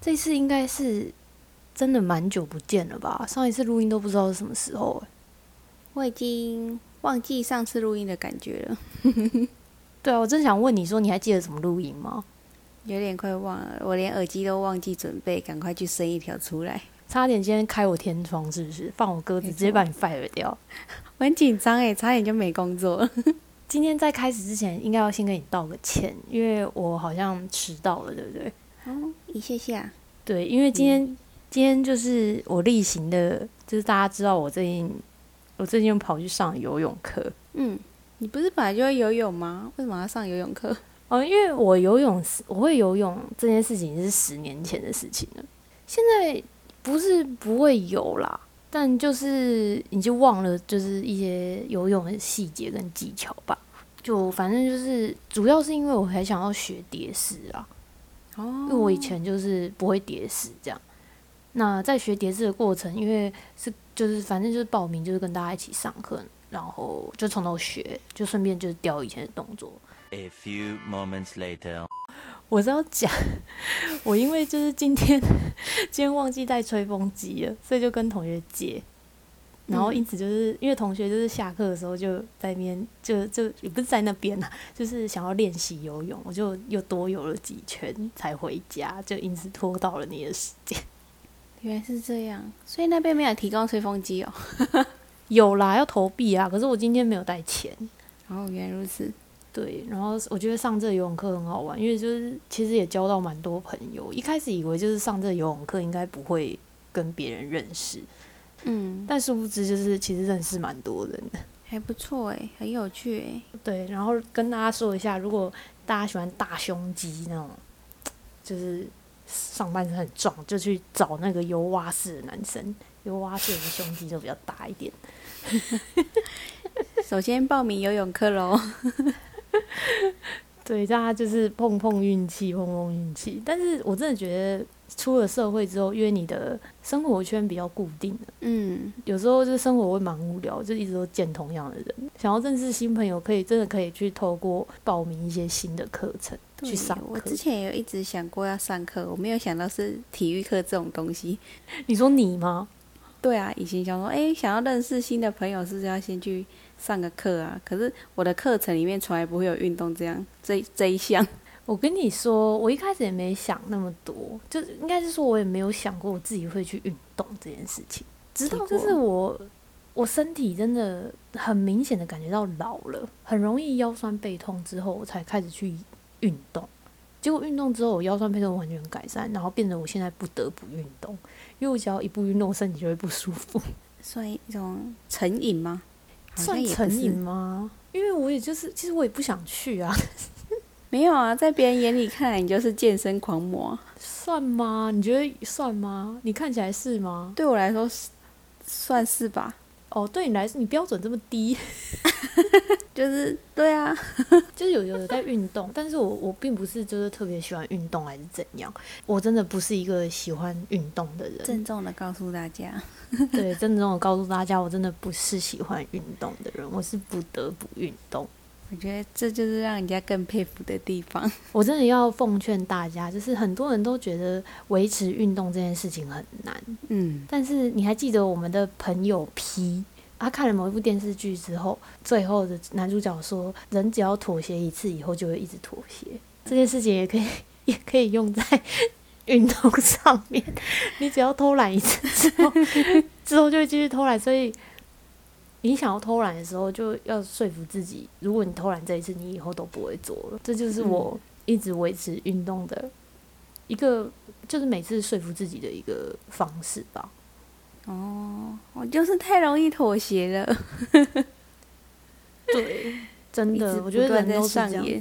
这次应该是真的蛮久不见了吧？上一次录音都不知道是什么时候我已经忘记上次录音的感觉了。 对啊，我真想问你说，你还记得什么录音吗？ 有点快忘了，我连耳机都忘记准备，赶快去生一条出来。 差点今天开我天窗是不是？放我鸽子，直接把你 fire 掉。 我很紧张哎，差点就没工作了。 今天在开始之前，应该要先跟你道个歉，因为我好像迟到了，对不对？ 一下。 对，因为今天就是我例行的，就是大家知道我最近又跑去上游泳课。 你不是本来就会游泳吗？为什么要上游泳课？ 因为我会游泳这件事情是10年前的事情了，现在不是不会游啦，但就是你就忘了就是一些游泳的细节跟技巧吧。就反正就是主要是因为我还想要学蝶式啊，因为我以前就是不会蝶式这样。那在学蝶式的过程，因为就是反正就是报名就是跟大家一起上课，然后就从头学，就顺便就是雕以前的动作。 A few moments later， 我是要讲，我因为就是今天忘记带吹风机了，所以就跟同学借，然后因此就是因为同学就是下课的时候就在那边就也不是在那边啦，就是想要练习游泳，我就又多游了几圈才回家，就因此拖到了你的时间。 原来是这样，所以那边没有提供吹风机哦。 有啦，要投币啊，可是我今天没有带钱。 原来如此。 对，然后我觉得上这个游泳课很好玩，因为就是其实也交到蛮多朋友。一开始以为就是上这个游泳课应该不会跟别人认识，但殊不知就是其实认识蛮多人的， 还不错哎，很有趣哎。 对，然后跟大家说一下，如果大家喜欢大胸肌那种，就是上半身很壮，就去找那个游蛙式的男生，游蛙式的胸肌就比较大一点。 首先报名游泳课咯。 对，大家就是碰碰运气。但是我真的觉得出了社会之后，因为你的生活圈比较固定了，有时候就是生活会蛮无聊，就一直都见同样的人。想要认识新朋友，真的可以去透过报名一些新的课程去上课。 我之前也有一直想过要上课，我没有想到是体育课这种东西。 你说你吗？ 对啊，以前想说，想要认识新的朋友，是不是要先去上个课啊？可是我的课程里面从来不会有运动这一项。 我跟你说，我一开始也没想那么多，就应该是说我也没有想过我自己会去运动这件事情。直到就是我身体真的很明显的感觉到老了，很容易腰酸背痛之后，我才开始去运动。结果运动之后，我腰酸背痛完全改善，然后变成我现在不得不运动，因为我只要一不运动，身体就会不舒服。 算一种成瘾吗？ 算成瘾吗？因为我也就是，其实我也不想去啊。 没有啊，在别人眼里看来，你就是健身狂魔。 算吗？你觉得算吗？你看起来是吗？ 对我来说算是吧。 对你来说，你标准这么低。 就是对啊， 就是有在运动，但是我并不是就是特别喜欢运动还是怎样，我真的不是一个喜欢运动的人。 郑重的告诉大家， 对，郑重的告诉大家，我真的不是喜欢运动的人，我是不得不运动。 我觉得这就是让人家更佩服的地方。 我真的要奉劝大家，就是很多人都觉得维持运动这件事情很难，但是你还记得我们的朋友 P？他看了某一部电视剧之后，最后的男主角说，人只要妥协一次以后就会一直妥协。这件事情也可以用在运动上面，你只要偷懒一次之后就会继续偷懒，所以你想要偷懒的时候就要说服自己，如果你偷懒这一次，你以后都不会做了。这就是我一直维持运动的一个，就是每次说服自己的一个方式吧。 我就是太容易妥协了。 对，真的，我觉得人都是这样。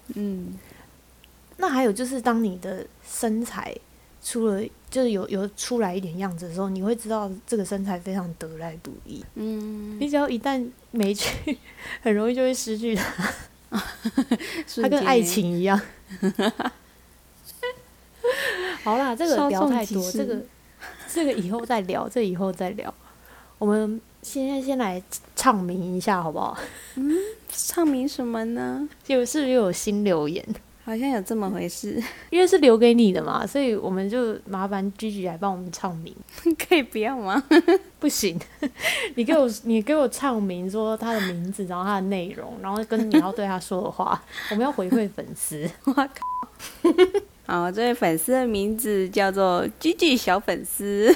那还有就是，当你的身材就是有出来一点样子的时候，你会知道这个身材非常得来独易。你只要一旦没去，很容易就会失去它。它跟爱情一样。好啦，这个聊太多，这个以后再聊，我们现在先来唱名一下好不好？ 唱名什么呢？ 是不是又有新留言？ 好像有这么回事。 因为是留给你的嘛，所以我们就麻烦 Gigi 来帮我们唱名。 可以不要吗？ 不行，你给我唱名，说他的名字，然后他的内容，然后跟你要对他说的话，我们要回馈粉丝。 我靠！好，这位粉丝的名字叫做 Gigi 小粉丝。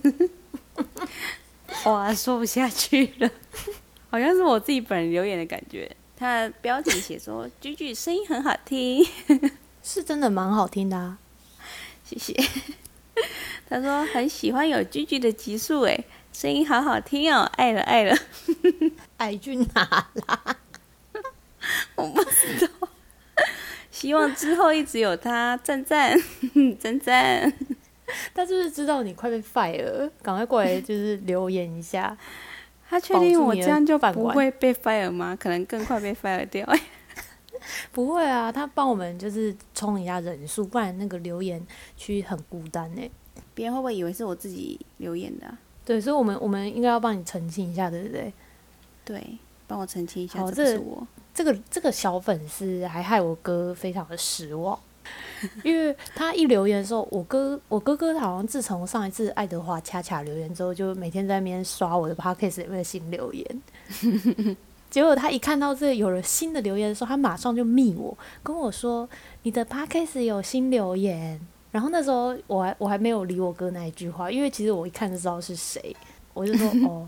哇，说不下去了，好像是我自己本人留言的感觉。他的标题写说 Gigi 声音很好听， 是真的蛮好听的啊， 谢谢。他说很喜欢有 Gigi 的集数诶，声音好好听哦，爱了爱了。 爱去哪啦？ 我不知道，希望之后一直有他，赞赞赞赞。 他是不是知道你快被 fire 了？赶快过来就是留言一下。 他确定我这样就不会被 fire 吗？可能更快被 fire 掉。 不会啊，他帮我们就是冲一下人数，不然那个留言区很孤单欸。 别人会不会以为是我自己留言的啊？ 对，所以我们应该要帮你澄清一下，对不对？ 对，帮我澄清一下， 好， 这不是我。 这个小粉丝还害我哥非常的失望，因为他一留言的时候，我哥哥好像自从上一次爱德华恰恰留言之后，就每天在那边刷我的 podcast 有没有新留言。结果他一看到这有了新的留言的时候，他马上就密我，跟我说你的 podcast 有新留言。然后那时候我还没有理我哥那一句话，因为其实我一看就知道是谁，我就说哦。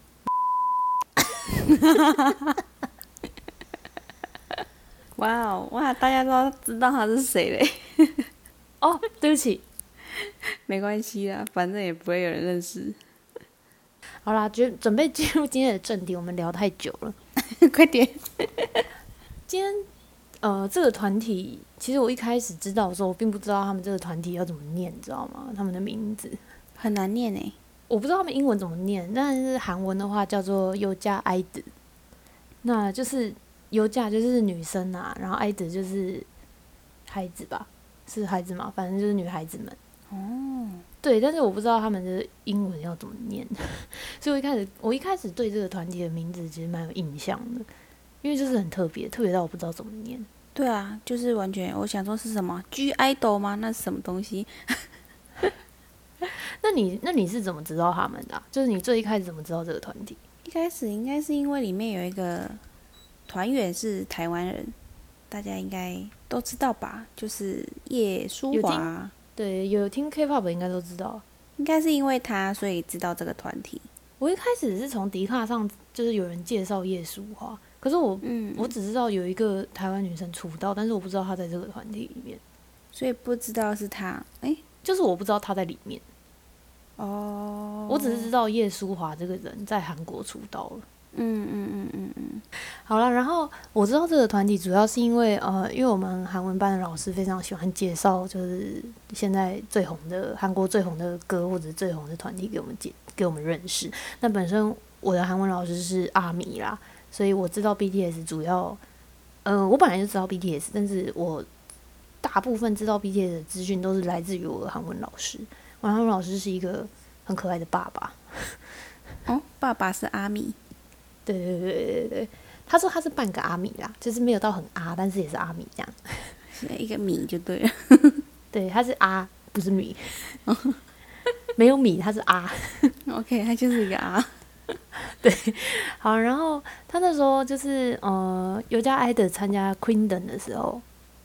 哇哦哇，大家都知道他是谁嘞。 哦，对不起， 没关系啦，反正也不会有人认识。 好啦，准备进入今天的正题，我们聊太久了。 快点。 今天这个团体，其实我一开始知道的时候，我并不知道他们这个团体要怎么念，你知道吗？他们的名字很难念诶， 我不知道他们英文怎么念，但是韩文的话叫做尤加埃德，那就是尤加就是女生啊，然后埃德就是孩子吧，是孩子嘛，反正就是女孩子们。哦，对，但是我不知道他们的英文要怎么念，所以我一开始对这个团体的名字其实蛮有印象的。因为就是很特别到我不知道怎么念。 对啊，就是完全我想说是什么 G idol 吗？那是什么东西？ 那你是怎么知道他们的啊？就是你最一开始怎么知道这个团体？ 一开始应该是因为里面有一个团员是台湾人，大家应该都知道吧？就是叶舒华。 对，有听 K-pop 应该都知道。 应该是因为他，所以知道这个团体。 我一开始是从迪卡上，就是有人介绍叶舒华。可是我只知道有一个台湾女生出道，但是我不知道她在这个团体里面， 所以不知道是她。 就是我不知道她在里面。 哦， 我只是知道叶舒华这个人在韩国出道了。好了，然后我知道这个团体主要是因为因为我们韩文班的老师非常喜欢介绍，就是现在最红的韩国最红的歌或者最红的团体给我们认识。那本身我的韩文老师是阿米啦。所以我知道 BTS 主要，我本来就知道 BTS， 但是我大部分知道 BTS 的资讯都是来自于我的韩文老师。我的韩文老师是一个很可爱的爸爸。 哦，爸爸是阿米。 对，他说他是半个阿米啦，就是没有到很阿，但是也是阿米这样。 一个米就对了。 对，他是阿，不是米。没有米，他是阿。 OK， 他就是一个阿。 对，好，然后他那时候就是尤加埃德参加 Queendom 的时候，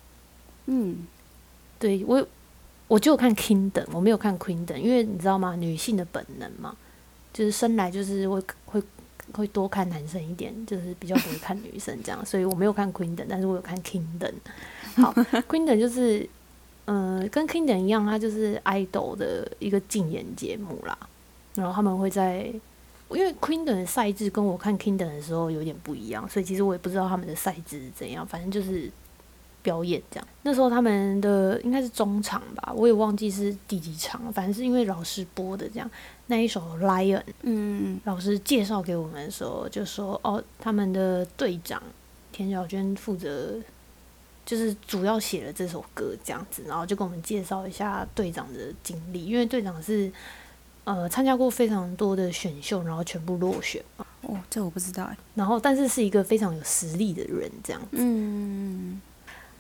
对我就有看 Kingdom， 我没有看 Queendom， 因为你知道吗？女性的本能嘛，就是生来就是会多看男生一点，就是比较不会看女生这样，所以我没有看 Queendom， 但是我有看 Kingdom。好，Queendom 就是跟 Kingdom 一样，它就是 idol 的一个竞演节目啦，然后他们会在。因为 Queendom 的赛制跟我看 Kingdom 的时候有点不一样，所以其实我也不知道他们的赛制是怎样，反正就是表演这样。那时候他们的应该是中场吧，我也忘记是第几场，反正是因为老师播的这样。那一首 Lion， 老师介绍给我们的时候就说，他们的队长田小娟负责，就是主要写了这首歌这样子，然后就跟我们介绍一下队长的经历，因为队长是。参加过非常多的选秀，然后全部落选嘛。 哦，这我不知道哎。 然后，但是是一个非常有实力的人，这样子。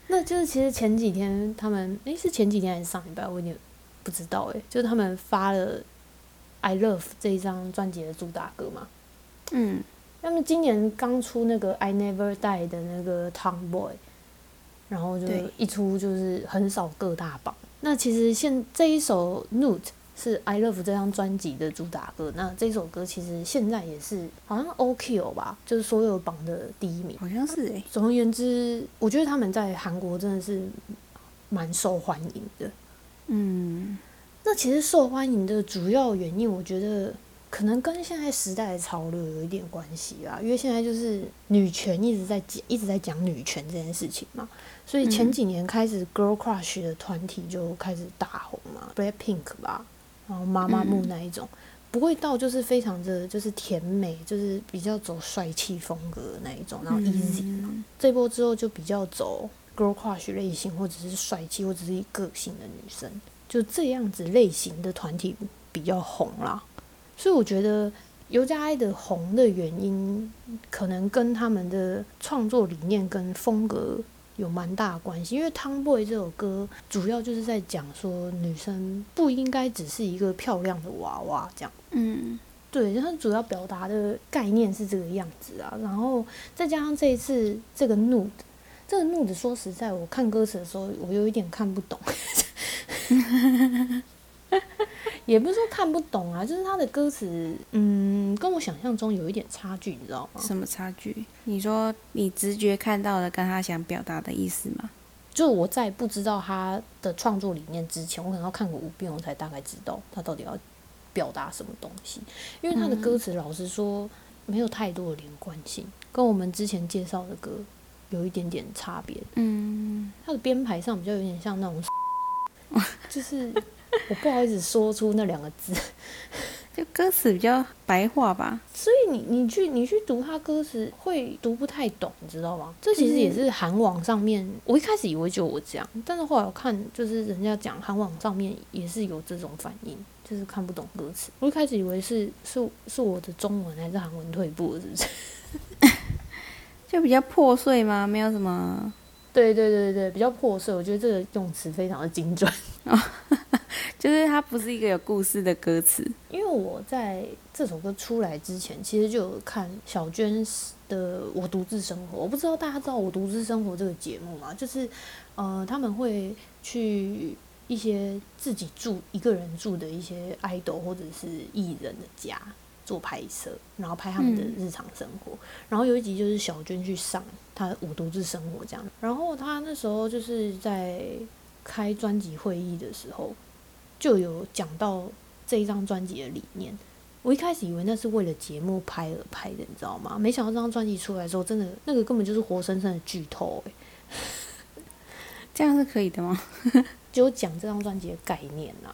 那就是其实前几天他们，是前几天还是上礼拜，我有点不知道就是他们发了《I Love》这一张专辑的主打歌嘛。他们今年刚出那个《I Never Die》的那个《Tomboy》，然后就一出就是横扫各大榜。那其实这一首《Nude》是《I Love》这张专辑的主打歌，那这首歌其实现在也是好像 OQ 吧，就是所有榜的第一名， 好像是总而言之，我觉得他们在韩国真的是蛮受欢迎的。那其实受欢迎的主要原因，我觉得可能跟现在时代的潮流有一点关系啦，因为现在就是女权一直在讲女权这件事情嘛，所以前几年开始 Girl Crush 的团体就开始大红嘛，Blackpink 吧，然后妈妈木那一种，不会到就是非常的就是甜美，就是比较走帅气风格的那一种，然后 easy 嘛，这波之后就比较走 Girl Crush 类型，或者是帅气或者是个性的女生，就这样子类型的团体比较红啦。所以我觉得尤佳爱的红的原因，可能跟他们的创作理念跟风格有蛮大的关系。因为《Tomboy》这首歌主要就是在讲说，女生不应该只是一个漂亮的娃娃这样。对，它主要表达的概念是这个样子啊。然后再加上这一次这个 nude， 这个 nude 说实在，我看歌词的时候，我有一点看不懂。也不是说看不懂啊，就是他的歌词，跟我想象中有一点差距，你知道吗？ 什么差距？你说你直觉看到的跟他想表达的意思吗？ 就我在不知道他的创作理念之前，我可能要看个5遍，我才大概知道他到底要表达什么东西。因为他的歌词，老实说，没有太多的连贯性，跟我们之前介绍的歌有一点点差别。他的编排上比较有点像那种，就是我不好意思说出那2个字。 就歌词比较白话吧， 所以你去读他歌词会读不太懂，你知道吗？这其实也是韩网上面，我一开始以为就我这样，但是后来我看就是人家讲韩网上面也是有这种反应，就是看不懂歌词。我一开始以为是我的中文还是韩文退步了，是不是？ 就比较破碎吗？没有什么。 对，比较破碎。我觉得这个用词非常的精准。 就是它不是一个有故事的歌词。 因为我在这首歌出来之前，其实就有看小娟的《我独自生活》。我不知道大家知道《我独自生活》这个节目吗？就是他们会去一些自己一个人住的一些 idol 或者是艺人的家做拍摄，然后拍他们的日常生活。然后有一集就是小娟去上她《我独自生活》这样，然后她那时候就是在开专辑会议的时候，就有讲到这一张专辑的理念。我一开始以为那是为了节目拍而拍的，你知道吗？没想到这张专辑出来的时候，真的那个根本就是活生生的剧透这样是可以的吗？ 就讲这张专辑的概念啊。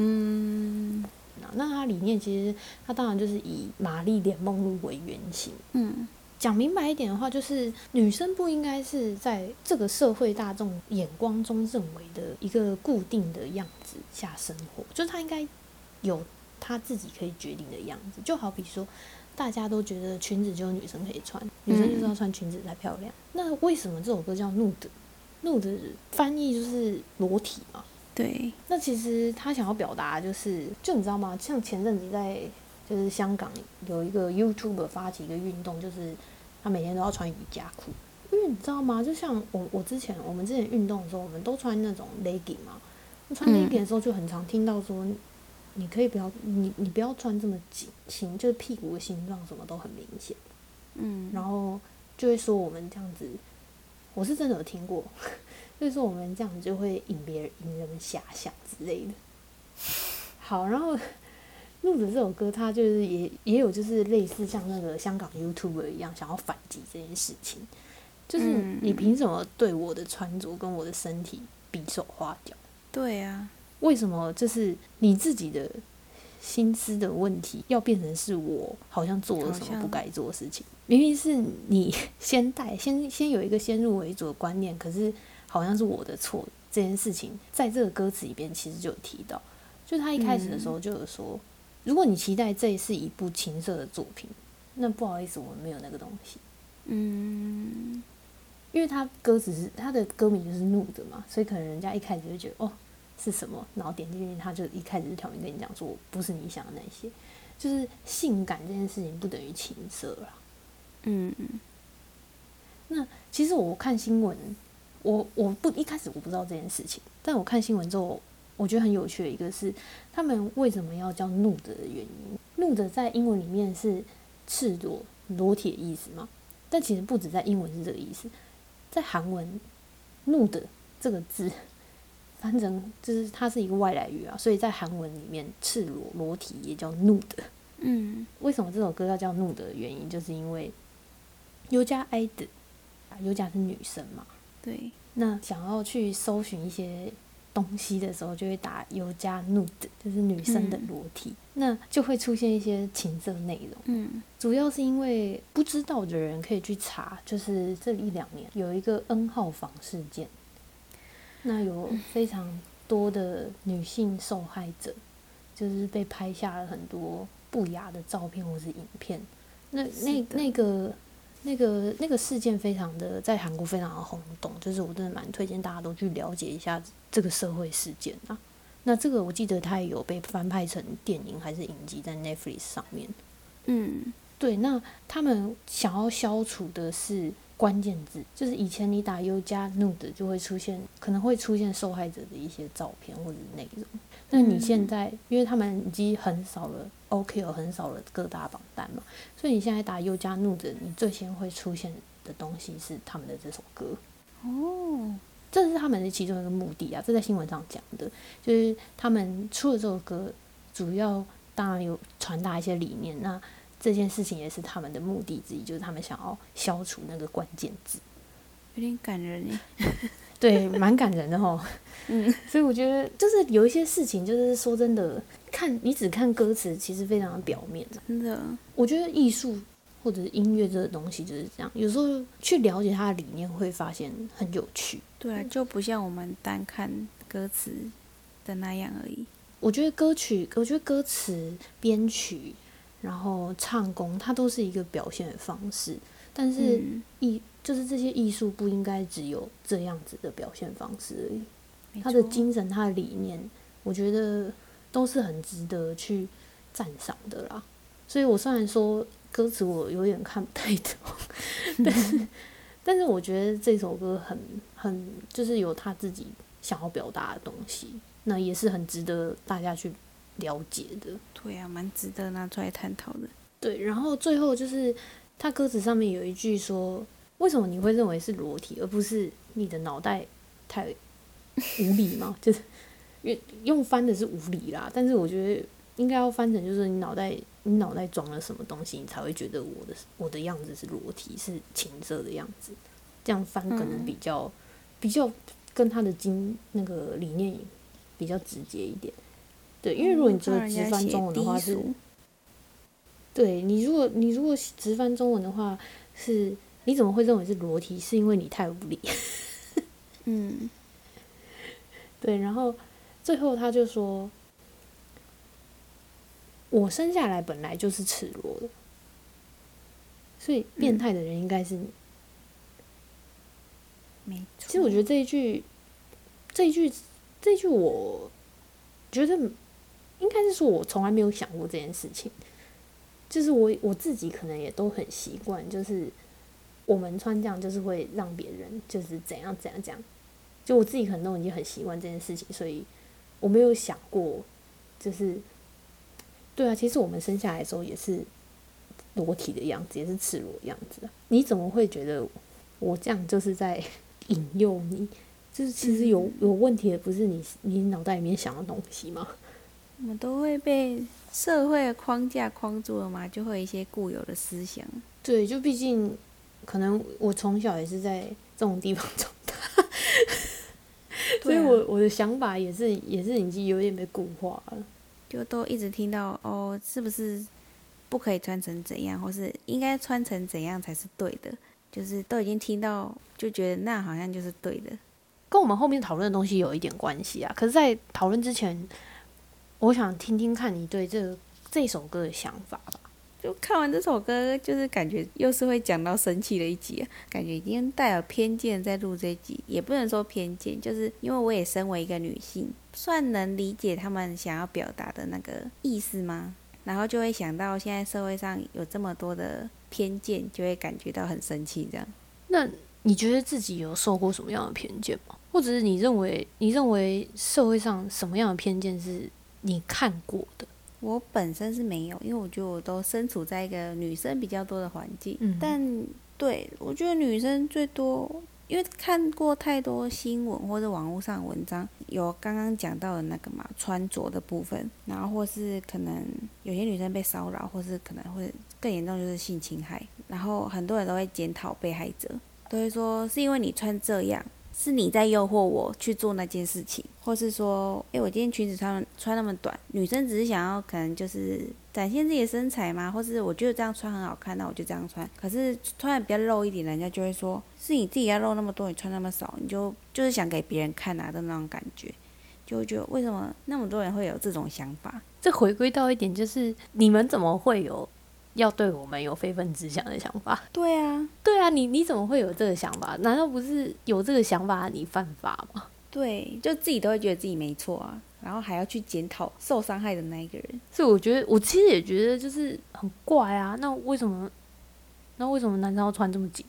那它理念其实它当然就是以玛丽莲梦露为原型。讲明白一点的话，就是女生不应该是在这个社会大众眼光中认为的一个固定的样子下生活，就是她应该有她自己可以决定的样子。就好比说，大家都觉得裙子只有女生可以穿，女生就是要穿裙子才漂亮。那为什么这首歌叫 nude 翻译就是裸体嘛？ 对。 那其实他想要表达就你知道吗？像前阵子在就是香港有一个 YouTuber 发起一个运动，就是他每天都要穿瑜伽裤。因为你知道吗？就像我们之前运动的时候，我们都穿那种 legging 嘛。穿 legging 的时候就很常听到说，你可以不要你不要穿这么紧，就是屁股的形状什么都很明显。然后就会说我们这样子，我是真的有听过，就是说我们这样子就会引人们遐想之类的。好，然后怒子这首歌，它就是也有就是类似像那个香港 YouTuber 一样，想要反击这件事情，就是你凭什么对我的穿着跟我的身体比手画脚？ 对啊， 为什么这是你自己的心思的问题，要变成是我好像做了什么不该做的事情？明明是你先有一个先入为主的观念，可是好像是我的错。这件事情在这个歌词里边其实就有提到，就他一开始的时候就有说，如果你期待这是一部情色的作品，那不好意思，我们没有那个东西。因因为他歌词是他的歌名就是怒的嘛，所以可能人家一开始就觉得是什么，然后点进去他就一开始就挑明跟你讲说不是你想的那些，就是性感这件事情不等于情色啦。那其实我看新闻，我一开始我不知道这件事情，但我看新闻之后，我觉得很有趣的一个是，他们为什么要叫怒的原因。怒的在英文里面是赤裸、裸体的意思嘛？但其实不止在英文是这个意思，在韩文，怒的这个字，翻成就是它是一个外来语啊，所以在韩文里面，赤裸、裸体也叫怒的。为什么这首歌要叫怒的原因，就是因为优加爱的，优加是女生嘛， 对， 那想要去搜寻一些东西的时候，就会打优加nude，就是女生的裸体，那就会出现一些情色内容。主要是因为不知道的人可以去查，就是这1-2年有一个 N 号房事件，那有非常多的女性受害者，就是被拍下了很多不雅的照片或是影片。那个事件非常的在韩国非常的轰动，就是我真的蛮推荐大家都去了解一下这个社会事件啊。那这个我记得它也有被翻拍成电影还是影集在 Netflix 上面。对，那他们想要消除的是关键字，就是以前你打优加 nude 就会可能会出现受害者的一些照片或者内容。那你现在因为他们已经很少了 OKO 很少了各大榜单嘛，所以你现在打优加 nude 你最先会出现的东西是他们的这首歌。这是他们的其中一个目的啊，这在新闻上讲的，就是他们出了这首歌主要当然有传达一些理念，那这件事情也是他们的目的之一，就是他们想要消除那个关键字。 有点感人耶。 对，蛮感人的齁。所以我觉得就是有一些事情，就是说真的，你只看歌词，其实非常的表面。 真的， 我觉得艺术或者是音乐这个东西就是这样，有时候去了解它的理念，会发现很有趣。 对啊，就不像我们单看歌词的那样而已。 我觉得歌词、编曲，然后唱功，它都是一个表现的方式。但是就是这些艺术不应该只有这样子的表现方式而已。它的精神、它的理念，我觉得都是很值得去赞赏的啦。所以我虽然说歌词我有点看不太懂，但是我觉得这首歌很就是有他自己想要表达的东西，那也是很值得大家去了解的。 对啊，蛮值得拿出来探讨的。 对，然后最后就是他歌词上面有一句说，为什么你会认为是裸体，而不是你的脑袋太无理嘛？就是用翻的是无理啦，但是我觉得应该要翻成就是你脑袋装了什么东西，你才会觉得我的样子是裸体，是情色的样子。这样翻可能比较跟他的那个理念比较直接一点。对，因为如果你直翻中文的话是，对你如果直翻中文的话是，你怎么会认为是裸体？是因为你太无理。对，然后最后他就说，我生下来本来就是赤裸的，所以变态的人应该是你。 没错。 其实我觉得这一句，我觉得应该是说，我从来没有想过这件事情。就是我自己可能也都很习惯，就是我们穿这样，就是会让别人就是怎样。就我自己可能都已经很习惯这件事情，所以我没有想过，就是对啊，其实我们生下来的时候也是裸体的样子，也是赤裸的样子。你怎么会觉得我这样就是在引诱你？就是其实有问题的不是你脑袋里面想的东西吗？ 我们都会被社会的框架框住了嘛，就会有一些固有的思想。 对，就毕竟可能我从小也是在这种地方长大，所以我的想法也是已经有点被固化了。 就都一直听到是不是不可以穿成怎样，或是应该穿成怎样才是对的，就是都已经听到，就觉得那好像就是对的。 跟我们后面讨论的东西有一点关系啊。可是，在讨论之前，我想听听看你对这首歌的想法吧。 就看完这首歌，就是感觉又是会讲到生气的一集，感觉已经带有偏见在录这一集，也不能说偏见，就是因为我也身为一个女性，算能理解他们想要表达的那个意思吗？然后就会想到现在社会上有这么多的偏见，就会感觉到很生气这样。 那你觉得自己有受过什么样的偏见吗？或者是你认为社会上什么样的偏见是你看过的？ 我本身是没有，因为我觉得我都身处在一个女生比较多的环境，但对我觉得女生最多，因为看过太多新闻或者网络上的文章，有刚刚讲到的那个嘛穿着的部分，然后或是可能有些女生被骚扰，或是可能会更严重就是性侵害，然后很多人都会检讨被害者，都会说是因为你穿这样，是你在诱惑我去做那件事情，或是说，我今天裙子穿那么短，女生只是想要可能就是展现自己的身材嘛，或是我觉得这样穿很好看，那我就这样穿。可是穿的比较露一点，人家就会说，是你自己要露那么多，你穿那么少，你就是想给别人看啊的那种感觉，就会觉得为什么那么多人会有这种想法？ 这回归到一点，就是你们怎么会有要对我们有非分之想的想法？ 对啊， 你怎么会有这个想法？难道不是有这个想法你犯法吗？ 对，就自己都会觉得自己没错啊，然后还要去检讨受伤害的那一个人。 所以我其实也觉得就是很怪啊。那为什么男生要穿这么紧？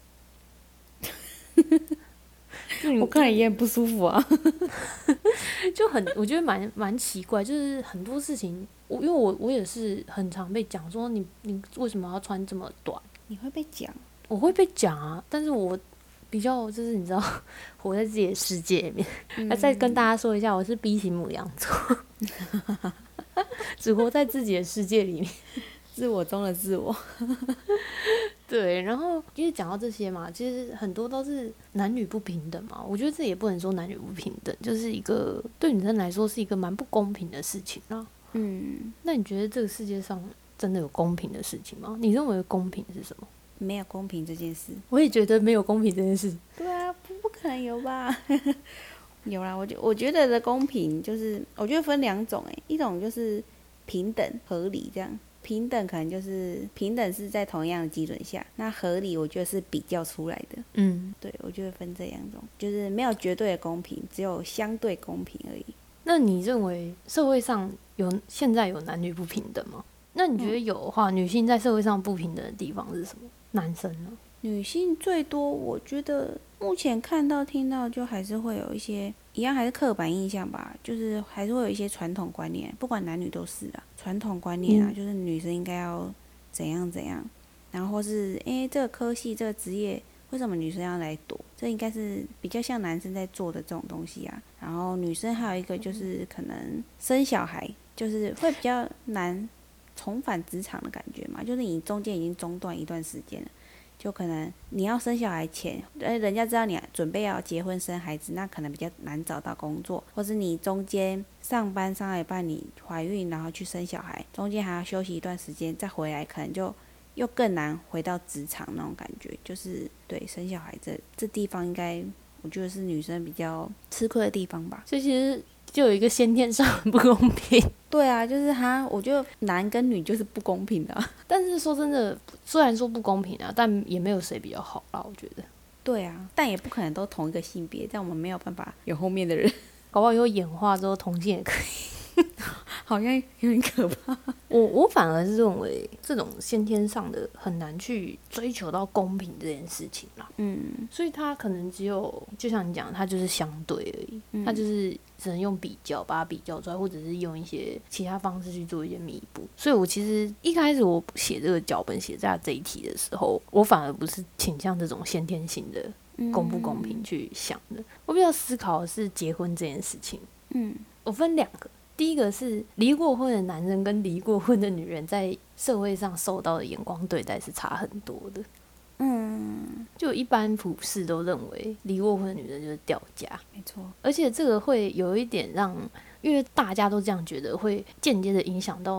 我看也很不舒服啊。 就我觉得蛮奇怪，就是很多事情，因为我也是很常被讲说你为什么要穿这么短？ 你会被讲？ 我会被讲啊，但是我比较就是你知道，活在自己的世界里面。再跟大家说一下，我是 B 型牡羊座，只活在自己的世界里面， 自我中的自我。 对，然后因为讲到这些嘛，其实很多都是男女不平等嘛。我觉得这也不能说男女不平等，就是一个对女生来说是一个蛮不公平的事情啦。那你觉得这个世界上真的有公平的事情吗？你认为公平是什么？ 没有公平这件事。 我也觉得没有公平这件事。 对啊，不可能有吧？有啦，我觉得的公平就是，我觉得分两种一种就是平等合理这样。平等可能就是平等是在同样的基准下，那合理我觉得是比较出来的。对，我觉得分这两种，就是没有绝对的公平，只有相对公平而已。 那你认为社会上现在有男女不平等吗？那你觉得有的话，女性在社会上不平等的地方是什么？男生呢？ 女性最多，我觉得目前看到听到就还是会有一些一样，还是刻板印象吧，就是还是会有一些传统观念，不管男女都是啊，传统观念啊，就是女生应该要怎样怎样，然后或是这个科系这个职业为什么女生要来躲？这应该是比较像男生在做的这种东西啊。然后女生还有一个就是可能生小孩，就是会比较难重返职场的感觉嘛，就是你中间已经中断一段时间了。就可能你要生小孩前，人家知道你准备要结婚生孩子，那可能比较难找到工作，或是你中间上班上到一半你怀孕，然后去生小孩，中间还要休息一段时间再回来，可能就又更难回到职场那种感觉。就是对生小孩这地方，应该我觉得是女生比较吃亏的地方吧。 所以其实就有一个先天上的不公平。 对啊，就是我觉得男跟女就是不公平的啊。 但是说真的，虽然说不公平啊，但也没有谁比较好啦，我觉得。 对啊，但也不可能都同一个性别，这样我们没有办法有后面的人。 搞不好以后演化之后同性也可以。 好像有点可怕。 我反而是认为这种先天上的很难去追求到公平这件事情啦。所以它可能只有就像你讲，它就是相对而已，它就是只能用比较把它比较出来，或者是用一些其他方式去做一些弥补。所以我其实一开始我写这个脚本写在这一题的时候，我反而不是倾向这种先天性的公不公平去想的，我比较思考的是结婚这件事情。我分两个。第一个是离过婚的男人跟离过婚的女人在社会上受到的眼光对待是差很多的。就一般普世都认为离过婚的女人就是掉价， 没错。 而且这个会有一点因为大家都这样觉得，会间接的影响到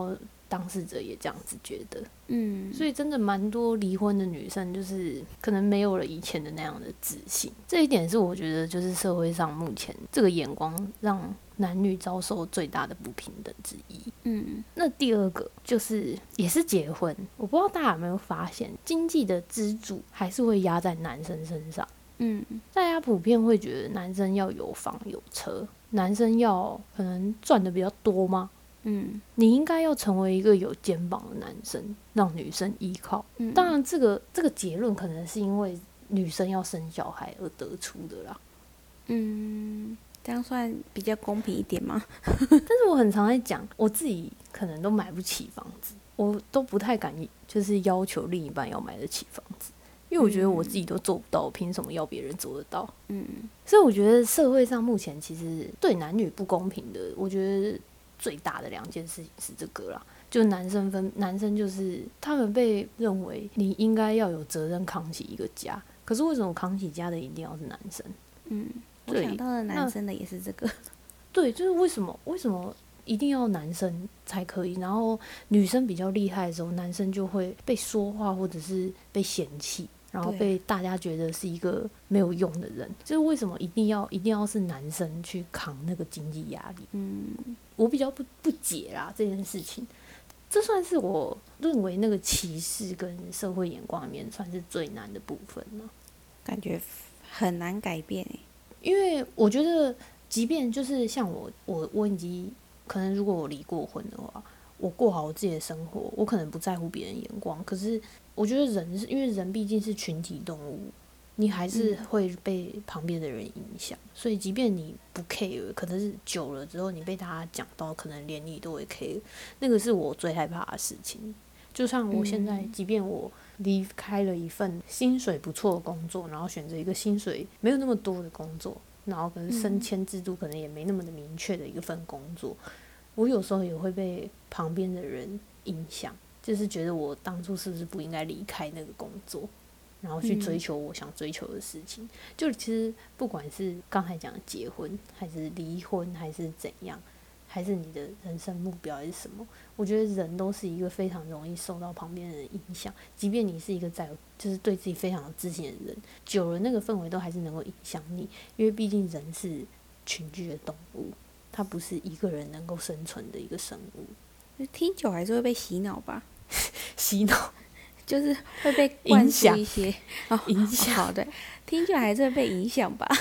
当事者也这样子觉得。所以真的蛮多离婚的女生就是可能没有了以前的那样的自信，这一点是我觉得就是社会上目前这个眼光让男女遭受最大的不平等之一。那第二个就是也是结婚，我不知道大家有没有发现，经济的支柱还是会压在男生身上。大家普遍会觉得男生要有房有车，男生要可能赚的比较多吗？你应该要成为一个有肩膀的男生，让女生依靠。当然这个结论可能是因为女生要生小孩而得出的啦。 这样算比较公平一点吗？ 但是我很常在讲，我自己可能都买不起房子，我都不太敢就是要求另一半要买得起房子，因为我觉得我自己都做不到，我凭什么要别人做得到？所以我觉得社会上目前其实对男女不公平的，我觉得最大的2件事情是这个啦，就男生就是他们被认为你应该要有责任扛起一个家，可是为什么扛起家的一定要是男生？ 我想到的男生的也是这个。 对，就是为什么一定要男生才可以，然后女生比较厉害的时候，男生就会被说话或者是被嫌弃，然后被大家觉得是一个没有用的人。就是为什么一定要是男生去扛那个经济压力？我比较不解啦这件事情，这算是我认为那个歧视跟社会眼光里面算是最难的部分了。 感觉很难改变因为我觉得，即便就是像我已经可能如果我离过婚的话，我过好我自己的生活，我可能不在乎别人眼光。可是我觉得因为人毕竟是群体动物，你还是会被旁边的人影响。所以即便你不 care， 可能是久了之后你被大家讲到，可能连你都会 care。那个是我最害怕的事情。就像我现在，即便我离开了一份薪水不错的工作，然后选择一个薪水没有那么多的工作，然后可能升迁制度可能也没那么的明确的一份工作，我有时候也会被旁边的人影响，就是觉得我当初是不是不应该离开那个工作，然后去追求我想追求的事情。就其实不管是刚才讲的结婚，还是离婚，还是怎样，还是你的人生目标还是什么，我觉得人都是一个非常容易受到旁边人的影响。即便你是一个就是对自己非常有自信的人，久了那个氛围都还是能够影响你，因为毕竟人是群居的动物，它不是一个人能够生存的一个生物。 听久还是会被洗脑吧？ 洗脑就是会被灌输一些影响。好的，听久还是会被影响吧。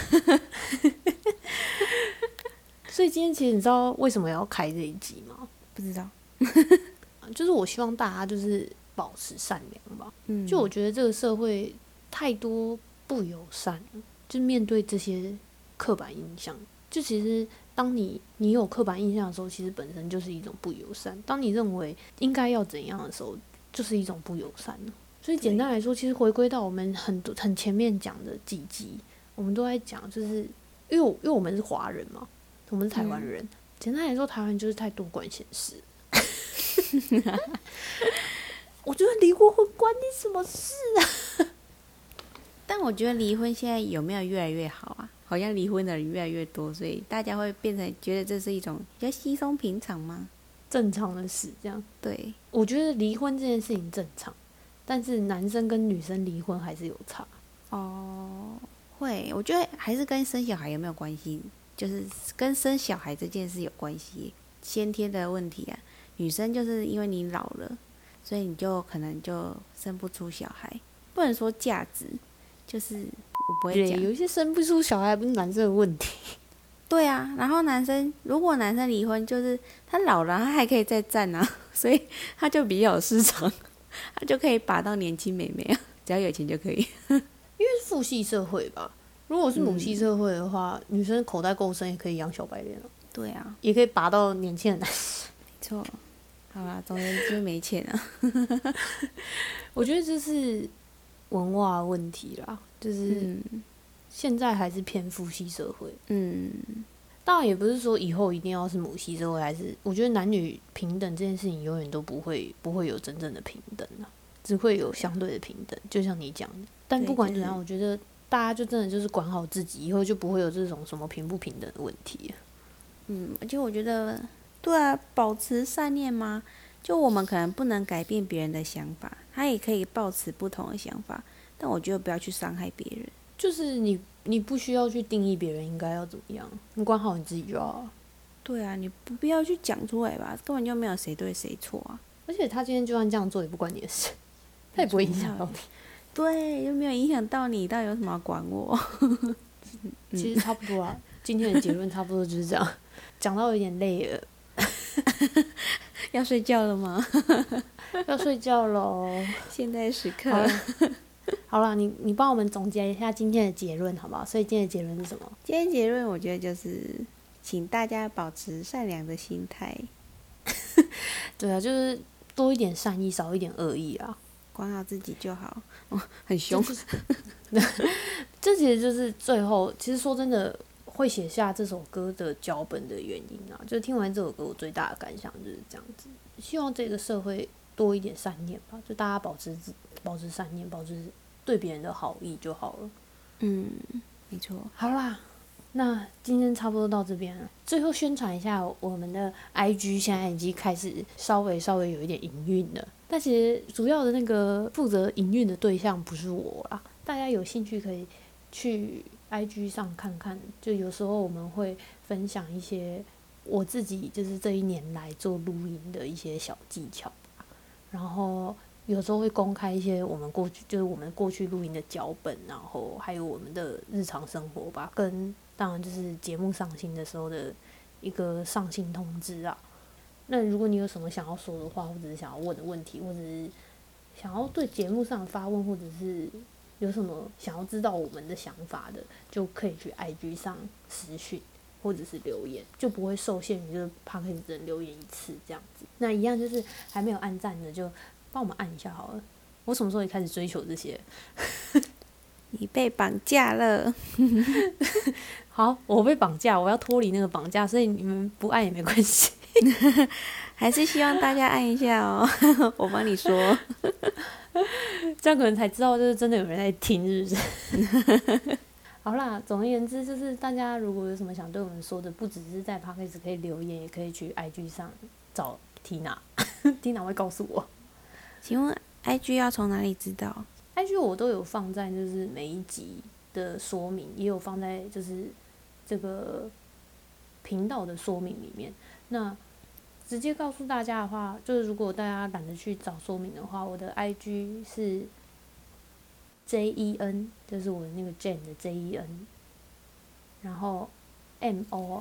所以今天其实你知道为什么要开这一集吗？ 不知道。 就是我希望大家就是保持善良吧。就我觉得这个社会太多不友善了，就面对这些刻板印象，就其实当你有刻板印象的时候，其实本身就是一种不友善。当你认为应该要怎样的时候，就是一种不友善了。所以简单来说，其实回归到我们很前面讲的几集，我们都在讲，就是因为我们是华人嘛，我们是台湾人。简单来说，台湾就是太多管闲事。我觉得离过婚关你什么事啊？ 但我觉得离婚现在有没有越来越好啊？好像离婚的人越来越多，所以大家会变成觉得这是一种比较稀松平常吗？ 正常的事这样。 对， 我觉得离婚这件事情正常，但是男生跟女生离婚还是有差。 会，我觉得还是跟生小孩有没有关系，就是跟生小孩这件事有关系，先天的问题啊。女生就是因为你老了，所以你就可能就生不出小孩，不能说价值，就是我不会讲， 有一些生不出小孩不是男生的问题。 对啊，然后如果男生离婚，就是他老了，他还可以再战啊，所以他就比较有市场，他就可以把到年轻妹妹啊，只要有钱就可以。 因为是父系社会吧，如果是母系社会的话，女生口袋够深也可以养小白脸了。 对啊， 也可以拔到年轻的男生。 没错。好啦，总之就是没钱啊。 我觉得这是文化问题啦，就是现在还是偏父系社会。当然也不是说以后一定要是母系社会，还是我觉得男女平等这件事情永远都不会有真正的平等啦，只会有相对的平等，就像你讲的。但不管怎样，我觉得大家就真的就是管好自己，以后就不会有这种什么平不平等的问题。 而且我觉得，对啊，保持善念嘛， 就我们可能不能改变别人的想法，他也可以抱持不同的想法，但我觉得不要去伤害别人。 就是你不需要去定义别人应该要怎么样，你管好你自己就好了。 对啊，你不必要去讲出来吧，根本就没有谁对谁错啊。 而且他今天就算这样做也不关你的事，他也不会影响到你。 对，又没有影响到你，到底有什么要管我？ 其实差不多啊，今天的结论差不多就是这样。讲到有点累了， 要睡觉了吗？ 要睡觉喽。 现在时刻。 好了，你帮我们总结一下今天的结论好不好？所以今天的结论是什么？ 今天结论我觉得就是，请大家保持善良的心态。 对啊，就是多一点善意，少一点恶意啊。 管好自己就好。很凶。 这其实就是最后，其实说真的，会写下这首歌的脚本的原因啊，就是听完这首歌，我最大的感想就是这样子。希望这个社会多一点善念吧，就大家保持善念，保持对别人的好意就好了。 没错。 好啦，那今天差不多到这边了。最后宣传一下，我们的 IG 现在已经开始稍微有一点营运了，但其实主要的那个负责营运的对象不是我啦。大家有兴趣可以去 IG 上看看，就有时候我们会分享一些我自己就是这一年来做录音的一些小技巧吧，然后有时候会公开一些我们过去录音的脚本，然后还有我们的日常生活吧，跟当然就是节目上新的时候的一个上新通知啊。那如果你有什么想要说的话，或者是想要问的问题，或者是想要对节目上发问，或者是有什么想要知道我们的想法的，就可以去 IG 上私讯或者是留言，就不会受限于就是 Podcast 只能留言一次这样子。那一样就是还没有按赞的就帮我们按一下好了。我什么时候也开始追求这些？ 你被绑架了。 好，我被绑架，我要脱离那个绑架，所以你们不按也没关系。 还是希望大家按一下哦。我帮你说。 这样可能才知道就是真的有人在听，是不是？好啦，总而言之就是大家如果有什么想对我们说的，不只是在 Podcast 可以留言，也可以去 IG 上找 Tina 会告诉我。 请问 IG 要从哪里知道？ IG 我都有放在就是每一集的说明，也有放在就是这个频道的说明里面。那直接告诉大家的话，就是如果大家懒得去找说明的话，我的 IG 是 JEN， 就是我的那个 Jane 的 JEN， 然后 MOR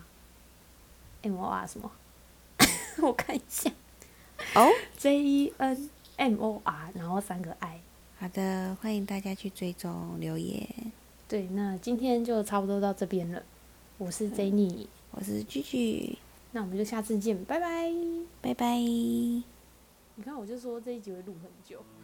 什么？我看一下。JEN MOR， 然后3个 I。 好的，欢迎大家去追踪留言。 对，那今天就差不多到这边了。我是 Jenny， 我是居居， 那我们就下次见，拜拜， 拜拜。 你看，我就说这一集会录很久。